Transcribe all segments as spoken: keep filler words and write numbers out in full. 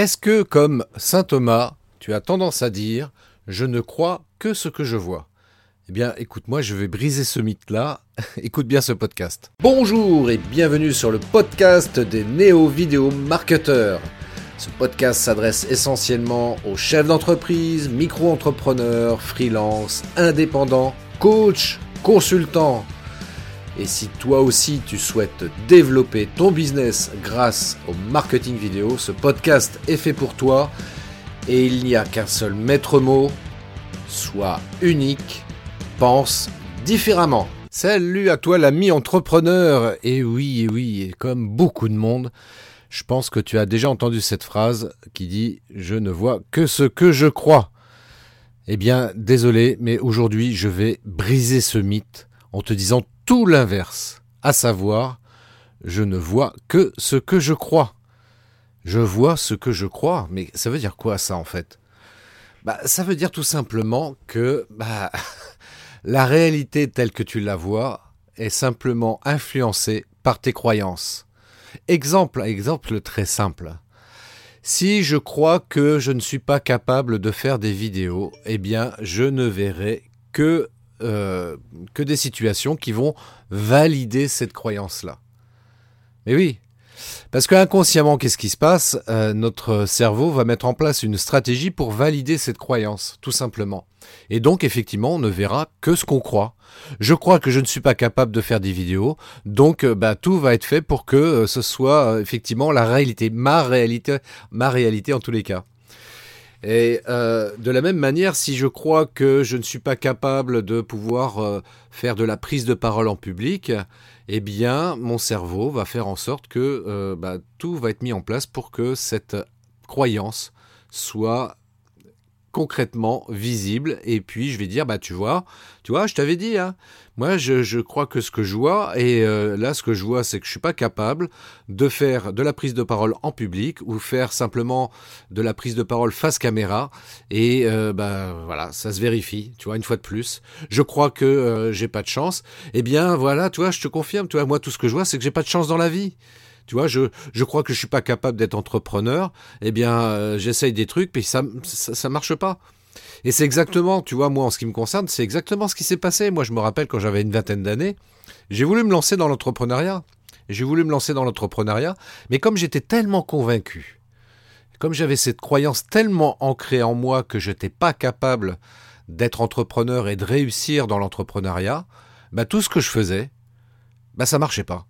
Est-ce que, comme saint Thomas, tu as tendance à dire « je ne crois que ce que je vois » ? Eh bien, écoute-moi, je vais briser ce mythe-là. Écoute bien ce podcast. Bonjour et bienvenue sur le podcast des néo-vidéo-marketeurs. Ce podcast s'adresse essentiellement aux chefs d'entreprise, micro-entrepreneurs, freelance, indépendants, coachs, consultants. Et si toi aussi tu souhaites développer ton business grâce au marketing vidéo, ce podcast est fait pour toi et il n'y a qu'un seul maître mot, sois unique, pense différemment. Salut à toi l'ami entrepreneur. Et oui, et oui, et comme beaucoup de monde, je pense que tu as déjà entendu cette phrase qui dit « je ne vois que ce que je crois ». Eh bien, désolé, mais aujourd'hui je vais briser ce mythe en te disant tout l'inverse, à savoir, je ne vois que ce que je crois. Je vois ce que je crois, mais ça veut dire quoi ça en fait ? Bah, ça veut dire tout simplement que bah, la réalité telle que tu la vois est simplement influencée par tes croyances. Exemple, exemple très simple. Si je crois que je ne suis pas capable de faire des vidéos, eh bien, je ne verrai que Euh, que des situations qui vont valider cette croyance-là. Mais oui, parce qu'inconsciemment, qu'est-ce qui se passe ? euh, Notre cerveau va mettre en place une stratégie pour valider cette croyance, tout simplement. Et donc, effectivement, on ne verra que ce qu'on croit. Je crois que je ne suis pas capable de faire des vidéos, donc euh, bah, tout va être fait pour que euh, ce soit euh, effectivement la réalité, ma réalité, ma réalité en tous les cas. Et euh, de la même manière, si je crois que je ne suis pas capable de pouvoir euh, faire de la prise de parole en public, eh bien, mon cerveau va faire en sorte que euh, bah, tout va être mis en place pour que cette croyance soit concrètement visible. Et puis, je vais dire, bah, tu vois, tu vois, je t'avais dit, hein, moi, je, je crois que ce que je vois, et euh, là, ce que je vois, c'est que je suis pas capable de faire de la prise de parole en public ou faire simplement de la prise de parole face caméra. Et euh, bah, voilà, ça se vérifie, tu vois, une fois de plus. Je crois que euh, j'ai pas de chance. Eh bien, voilà, tu vois, je te confirme, tu vois, moi, tout ce que je vois, c'est que j'ai pas de chance dans la vie. Tu vois, je, je crois que je suis pas capable d'être entrepreneur. Eh bien, euh, j'essaye des trucs, puis ça, ça, ça marche pas. Et c'est exactement, tu vois, moi, en ce qui me concerne, c'est exactement ce qui s'est passé. Moi, je me rappelle quand j'avais une vingtaine d'années, j'ai voulu me lancer dans l'entrepreneuriat. J'ai voulu me lancer dans l'entrepreneuriat, mais comme j'étais tellement convaincu, comme j'avais cette croyance tellement ancrée en moi que je n'étais pas capable d'être entrepreneur et de réussir dans l'entrepreneuriat, bah, tout ce que je faisais, bah, ça marchait pas.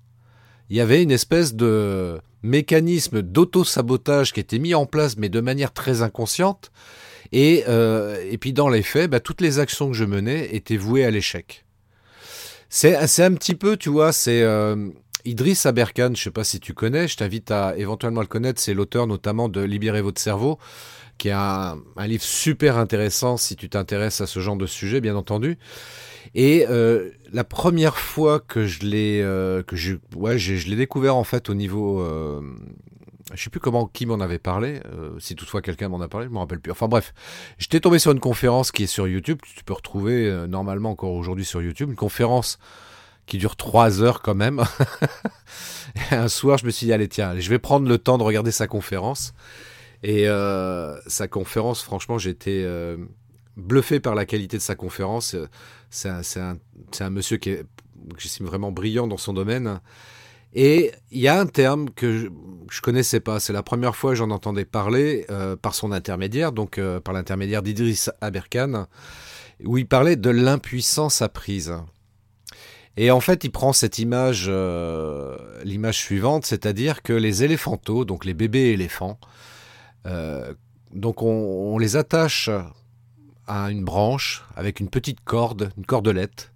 Il y avait une espèce de mécanisme d'auto-sabotage qui était mis en place, mais de manière très inconsciente. Et, euh, et puis dans les faits, bah, toutes les actions que je menais étaient vouées à l'échec. C'est, c'est un petit peu, tu vois, c'est euh, Idriss Aberkan, je ne sais pas si tu connais, je t'invite à éventuellement le connaître, c'est l'auteur notamment de Libérez votre cerveau, qui est un, un livre super intéressant si tu t'intéresses à ce genre de sujet, bien entendu. Et euh, la première fois que je l'ai, euh, que je, ouais, j'ai, je l'ai découvert en fait au niveau, euh, je sais plus comment, qui m'en avait parlé, euh, si toutefois quelqu'un m'en a parlé, je me rappelle plus. Enfin bref, j'étais tombé sur une conférence qui est sur YouTube, que tu peux retrouver euh, normalement encore aujourd'hui sur YouTube, une conférence qui dure trois heures quand même. Et un soir, je me suis dit allez tiens, je vais prendre le temps de regarder sa conférence. Et euh, sa conférence, franchement, j'étais euh, bluffé par la qualité de sa conférence. C'est un, c'est un, c'est un monsieur qui est, que j'estime vraiment brillant dans son domaine. Et il y a un terme que je, je connaissais pas. C'est la première fois que j'en entendais parler euh, par son intermédiaire, donc euh, par l'intermédiaire d'Idriss Aberkan, où il parlait de l'impuissance apprise. Et en fait, il prend cette image, euh, l'image suivante, c'est-à-dire que les éléphanteaux, donc les bébés éléphants, euh, donc on, on les attache à une branche avec une petite corde, une cordelette,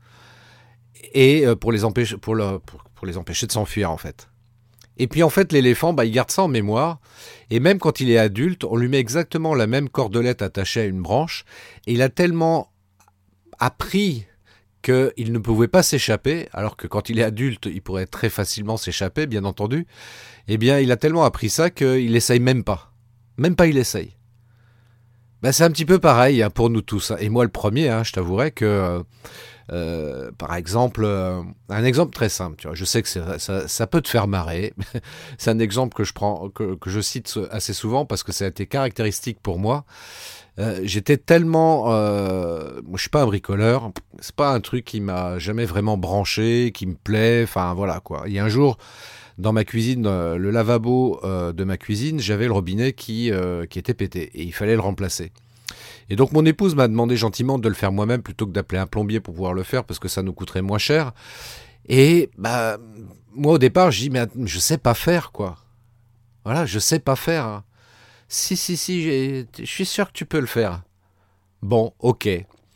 et euh, pour les empêcher, pour, le, pour, pour les empêcher de s'enfuir en fait. Et puis en fait l'éléphant, bah, il garde ça en mémoire, et même quand il est adulte, on lui met exactement la même cordelette attachée à une branche, et il a tellement appris qu'il ne pouvait pas s'échapper, alors que quand il est adulte, il pourrait très facilement s'échapper, bien entendu, eh bien il a tellement appris ça qu'il n'essaye même pas. Même pas il essaye. Ben, c'est un petit peu pareil hein, pour nous tous. Et moi le premier, hein, je t'avouerai que Euh, par exemple, euh, un exemple très simple, tu vois, je sais que c'est, ça, ça peut te faire marrer, c'est un exemple que je prends, que, que je cite assez souvent parce que ça a été caractéristique pour moi. Euh, j'étais tellement, euh, moi je suis pas un bricoleur, c'est pas un truc qui m'a jamais vraiment branché, qui me plaît, enfin voilà quoi. Il y a un jour, dans ma cuisine, euh, le lavabo euh, de ma cuisine, j'avais le robinet qui, euh, qui était pété et il fallait le remplacer. Et donc mon épouse m'a demandé gentiment de le faire moi-même plutôt que d'appeler un plombier pour pouvoir le faire parce que ça nous coûterait moins cher. Et bah moi au départ, je dis mais je sais pas faire quoi. Voilà, je sais pas faire. Hein. Si si si, j'ai- je suis sûr que tu peux le faire. Bon, ok.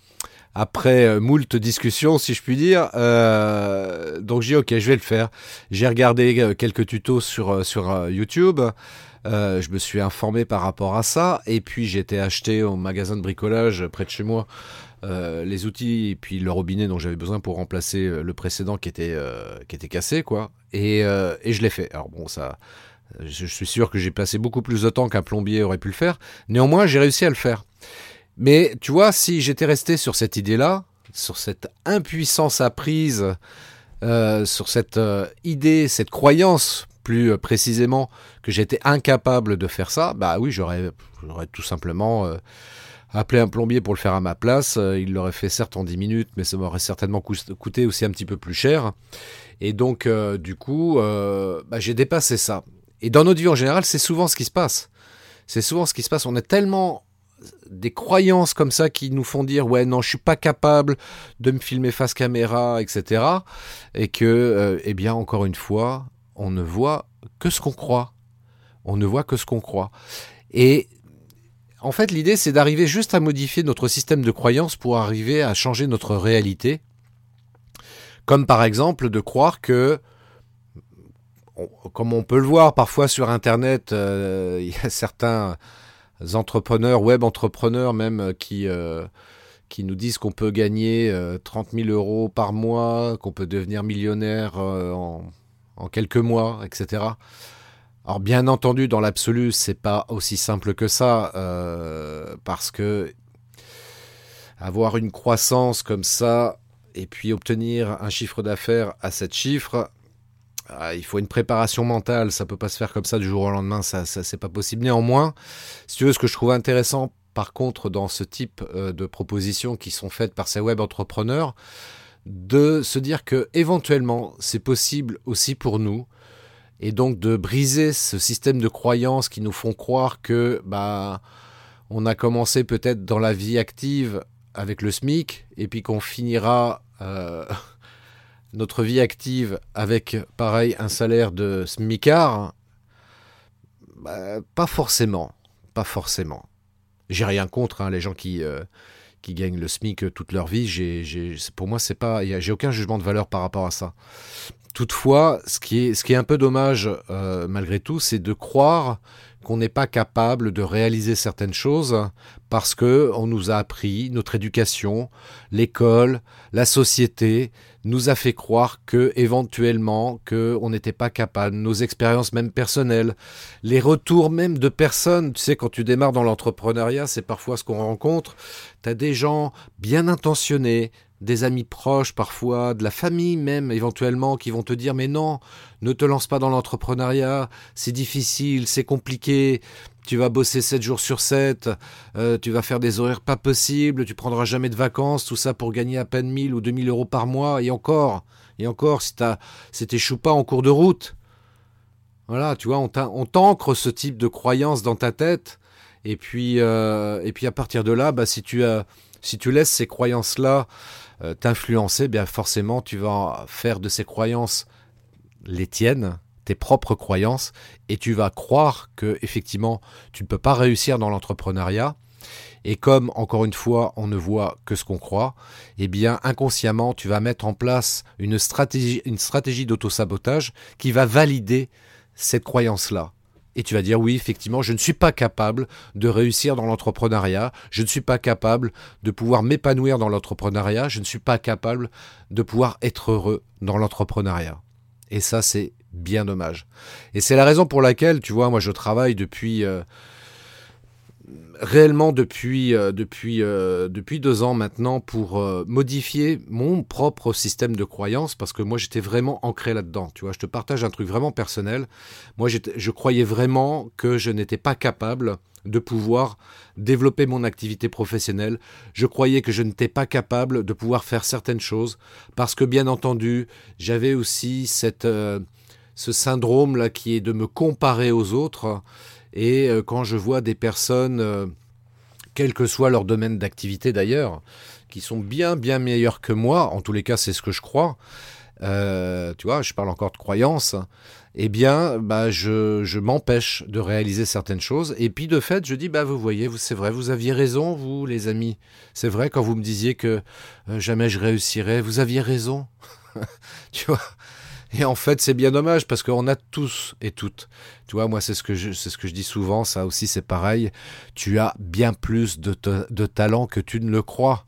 Après euh, moult discussions, si je puis dire, euh, donc j'ai dit ok, je vais le faire. J'ai regardé euh, quelques tutos sur euh, sur euh, YouTube. Euh, je me suis informé par rapport à ça, et puis j'ai été acheter au magasin de bricolage près de chez moi euh, les outils et puis le robinet dont j'avais besoin pour remplacer euh, le précédent qui était euh, qui était cassé, quoi. Et, euh, et je l'ai fait. Alors bon, ça, je suis sûr que j'ai passé beaucoup plus de temps qu'un plombier aurait pu le faire. Néanmoins, j'ai réussi à le faire. Mais tu vois, si j'étais resté sur cette idée-là, sur cette impuissance apprise, euh, sur cette euh, idée, cette croyance plus euh, précisément que j'étais incapable de faire ça, bah oui, j'aurais, j'aurais tout simplement euh, appelé un plombier pour le faire à ma place. Euh, il l'aurait fait certes en dix minutes, mais ça m'aurait certainement coûté aussi un petit peu plus cher. Et donc, euh, du coup, euh, bah, j'ai dépassé ça. Et dans notre vie en général, c'est souvent ce qui se passe. C'est souvent ce qui se passe. On est tellement des croyances comme ça qui nous font dire ouais non je suis pas capable de me filmer face caméra, etc., et que euh, eh bien encore une fois on ne voit que ce qu'on croit on ne voit que ce qu'on croit et en fait l'idée c'est d'arriver juste à modifier notre système de croyances pour arriver à changer notre réalité, comme par exemple de croire que on, comme on peut le voir parfois sur internet, euh, il y a certains entrepreneurs, web entrepreneurs même, qui, euh, qui nous disent qu'on peut gagner euh, trente mille euros par mois, qu'on peut devenir millionnaire euh, en, en quelques mois, et cetera. Alors bien entendu, dans l'absolu, c'est pas aussi simple que ça, euh, parce que avoir une croissance comme ça et puis obtenir un chiffre d'affaires à sept chiffres, ah, il faut une préparation mentale, ça peut pas se faire comme ça du jour au lendemain, ça, ça c'est pas possible. Néanmoins, si tu veux, ce que je trouve intéressant par contre dans ce type euh, de propositions qui sont faites par ces web entrepreneurs, de se dire que éventuellement c'est possible aussi pour nous, et donc de briser ce système de croyances qui nous font croire que bah on a commencé peut-être dans la vie active avec le SMIC et puis qu'on finira euh, notre vie active avec, pareil, un salaire de smicard, bah, pas forcément. Pas forcément. J'ai rien contre hein, les gens qui, euh, qui gagnent le SMIC toute leur vie. J'ai, j'ai, pour moi, c'est pas, y a, j'ai aucun jugement de valeur par rapport à ça. Toutefois, ce qui est, ce qui est un peu dommage, euh, malgré tout, c'est de croire qu'on n'est pas capable de réaliser certaines choses parce que on nous a appris, notre éducation, l'école, la société nous a fait croire que éventuellement que on n'était pas capable, nos expériences même personnelles, les retours même de personnes, tu sais, quand tu démarres dans l'entrepreneuriat, c'est parfois ce qu'on rencontre, tu as des gens bien intentionnés, des amis proches parfois, de la famille même éventuellement, qui vont te dire mais non, ne te lance pas dans l'entrepreneuriat, c'est difficile, c'est compliqué, tu vas bosser sept jours sur sept, euh, tu vas faire des horaires pas possibles, tu prendras jamais de vacances, tout ça pour gagner à peine mille ou deux mille euros par mois, et encore, et encore si, t'as, si t'échoues pas en cours de route. Voilà, tu vois, on, on t'ancre ce type de croyance dans ta tête, et puis, euh, et puis à partir de là, bah, si, tu as, si tu laisses ces croyances-là euh, t'influencer, bien forcément tu vas faire de ces croyances les tiennes, tes propres croyances, et tu vas croire que effectivement tu ne peux pas réussir dans l'entrepreneuriat. Et comme encore une fois on ne voit que ce qu'on croit, eh bien inconsciemment tu vas mettre en place une stratégie, une stratégie d'autosabotage qui va valider cette croyance-là. Et tu vas dire oui, effectivement, je ne suis pas capable de réussir dans l'entrepreneuriat, je ne suis pas capable de pouvoir m'épanouir dans l'entrepreneuriat, je ne suis pas capable de pouvoir être heureux dans l'entrepreneuriat. Et ça, c'est bien dommage. Et c'est la raison pour laquelle, tu vois, moi je travaille depuis... Euh, réellement depuis, euh, depuis, euh, depuis deux ans maintenant pour euh, modifier mon propre système de croyance parce que moi j'étais vraiment ancré là-dedans. Tu vois, je te partage un truc vraiment personnel. Moi je croyais vraiment que je n'étais pas capable de pouvoir développer mon activité professionnelle. Je croyais que je n'étais pas capable de pouvoir faire certaines choses parce que bien entendu j'avais aussi cette, euh, ce syndrome là qui est de me comparer aux autres. Et euh, quand je vois des personnes, euh, quel que soit leur domaine d'activité d'ailleurs, qui sont bien bien meilleures que moi, en tous les cas c'est ce que je crois, euh, tu vois, je parle encore de croyance, eh bien bah, je, je m'empêche de réaliser certaines choses. Et puis de fait, je dis, bah, vous voyez, vous, c'est vrai, vous aviez raison, vous les amis. C'est vrai, quand vous me disiez que euh, jamais je réussirais, vous aviez raison. Tu vois. Et en fait, c'est bien dommage parce qu'on a tous et toutes. Tu vois, moi, c'est ce que je, c'est ce que je dis souvent. Ça aussi, c'est pareil. Tu as bien plus de, te, de talent que tu ne le crois.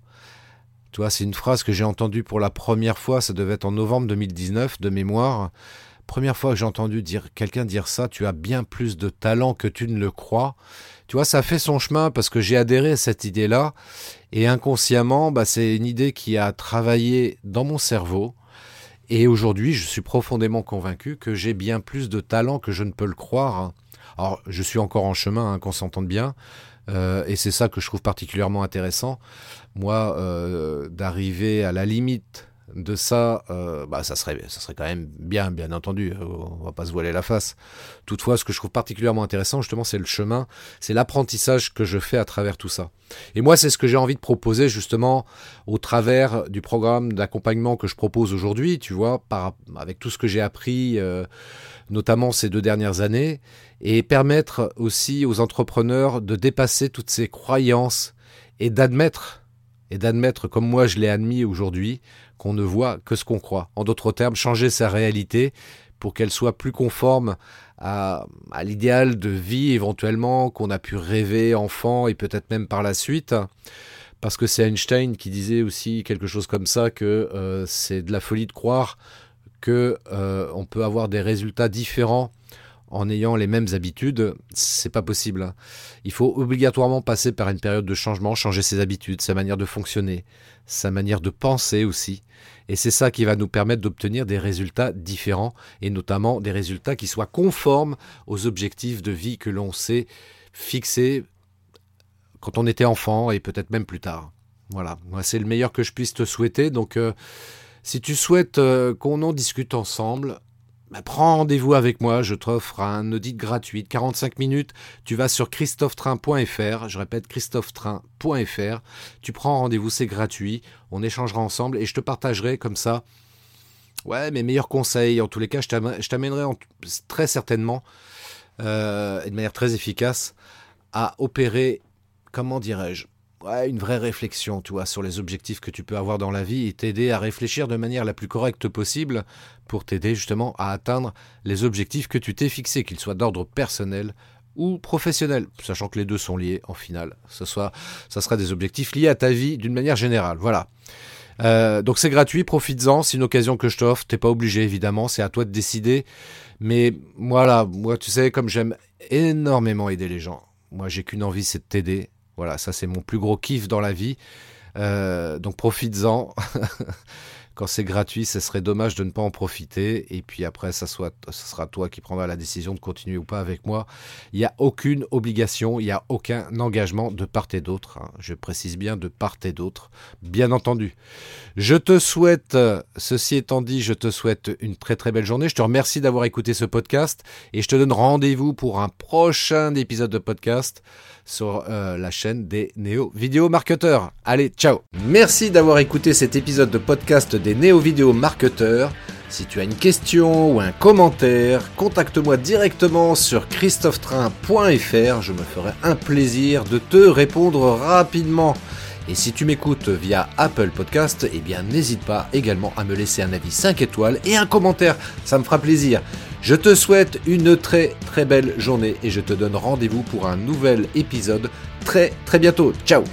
Tu vois, c'est une phrase que j'ai entendue pour la première fois. Ça devait être en novembre deux mille dix-neuf, de mémoire. Première fois que j'ai entendu dire, quelqu'un dire ça. Tu as bien plus de talent que tu ne le crois. Tu vois, ça fait son chemin parce que j'ai adhéré à cette idée-là. Et inconsciemment, bah, c'est une idée qui a travaillé dans mon cerveau. Et aujourd'hui, je suis profondément convaincu que j'ai bien plus de talent que je ne peux le croire. Alors, je suis encore en chemin, hein, qu'on s'entende bien. Euh, et c'est ça que je trouve particulièrement intéressant. Moi, euh, d'arriver à la limite de ça, euh, bah, ça serait, ça serait quand même bien, bien entendu. On va pas se voiler la face. Toutefois, ce que je trouve particulièrement intéressant, justement, c'est le chemin, c'est l'apprentissage que je fais à travers tout ça. Et moi, c'est ce que j'ai envie de proposer, justement, au travers du programme d'accompagnement que je propose aujourd'hui, tu vois, par, avec tout ce que j'ai appris, euh, notamment ces deux dernières années, et permettre aussi aux entrepreneurs de dépasser toutes ces croyances et d'admettre, et d'admettre, comme moi je l'ai admis aujourd'hui, qu'on ne voit que ce qu'on croit. En d'autres termes, changer sa réalité pour qu'elle soit plus conforme à, à l'idéal de vie éventuellement qu'on a pu rêver enfant et peut-être même par la suite. Parce que c'est Einstein qui disait aussi quelque chose comme ça, que euh, c'est de la folie de croire qu'on euh, peut avoir des résultats différents en ayant les mêmes habitudes. C'est pas possible, hein. Il faut obligatoirement passer par une période de changement, changer ses habitudes, sa manière de fonctionner, sa manière de penser aussi. Et c'est ça qui va nous permettre d'obtenir des résultats différents, et notamment des résultats qui soient conformes aux objectifs de vie que l'on s'est fixés quand on était enfant et peut-être même plus tard. Voilà, moi c'est le meilleur que je puisse te souhaiter. Donc euh, si tu souhaites euh, qu'on en discute ensemble, bah, prends rendez-vous avec moi, je t'offre un audit gratuit de quarante-cinq minutes. Tu vas sur christophe train point f r, je répète christophe train point f r. Tu prends rendez-vous, c'est gratuit, on échangera ensemble et je te partagerai comme ça ouais, mes meilleurs conseils. En tous les cas, je t'amènerai en, très certainement euh, et de manière très efficace à opérer, comment dirais-je, ouais, une vraie réflexion, tu vois, sur les objectifs que tu peux avoir dans la vie et t'aider à réfléchir de manière la plus correcte possible pour t'aider justement à atteindre les objectifs que tu t'es fixés, qu'ils soient d'ordre personnel ou professionnel, sachant que les deux sont liés en finale. Ce soit, ça sera des objectifs liés à ta vie d'une manière générale. Voilà. Euh, donc c'est gratuit, profites-en, c'est une occasion que je t'offre, t'es pas obligé évidemment, c'est à toi de décider. Mais voilà, moi tu sais, comme j'aime énormément aider les gens, moi j'ai qu'une envie, c'est de t'aider. Voilà, ça c'est mon plus gros kiff dans la vie. Euh, donc profites-en. Quand c'est gratuit, ce serait dommage de ne pas en profiter. Et puis après, ça, soit, ça sera toi qui prendras la décision de continuer ou pas avec moi. Il n'y a aucune obligation, il n'y a aucun engagement de part et d'autre, hein. Je précise bien de part et d'autre, bien entendu. Je te souhaite, ceci étant dit, je te souhaite une très très belle journée. Je te remercie d'avoir écouté ce podcast et je te donne rendez-vous pour un prochain épisode de podcast sur euh, la chaîne des Néo Vidéo Marketeurs. Allez, ciao. Merci d'avoir écouté cet épisode de podcast des Néo Vidéo Marketeurs. Si tu as une question ou un commentaire, contacte-moi directement sur christophe train point f r. Je me ferai un plaisir de te répondre rapidement. Et si tu m'écoutes via Apple Podcast, eh bien n'hésite pas également à me laisser un avis cinq étoiles et un commentaire, ça me fera plaisir. Je te souhaite une très très belle journée et je te donne rendez-vous pour un nouvel épisode très très bientôt. Ciao.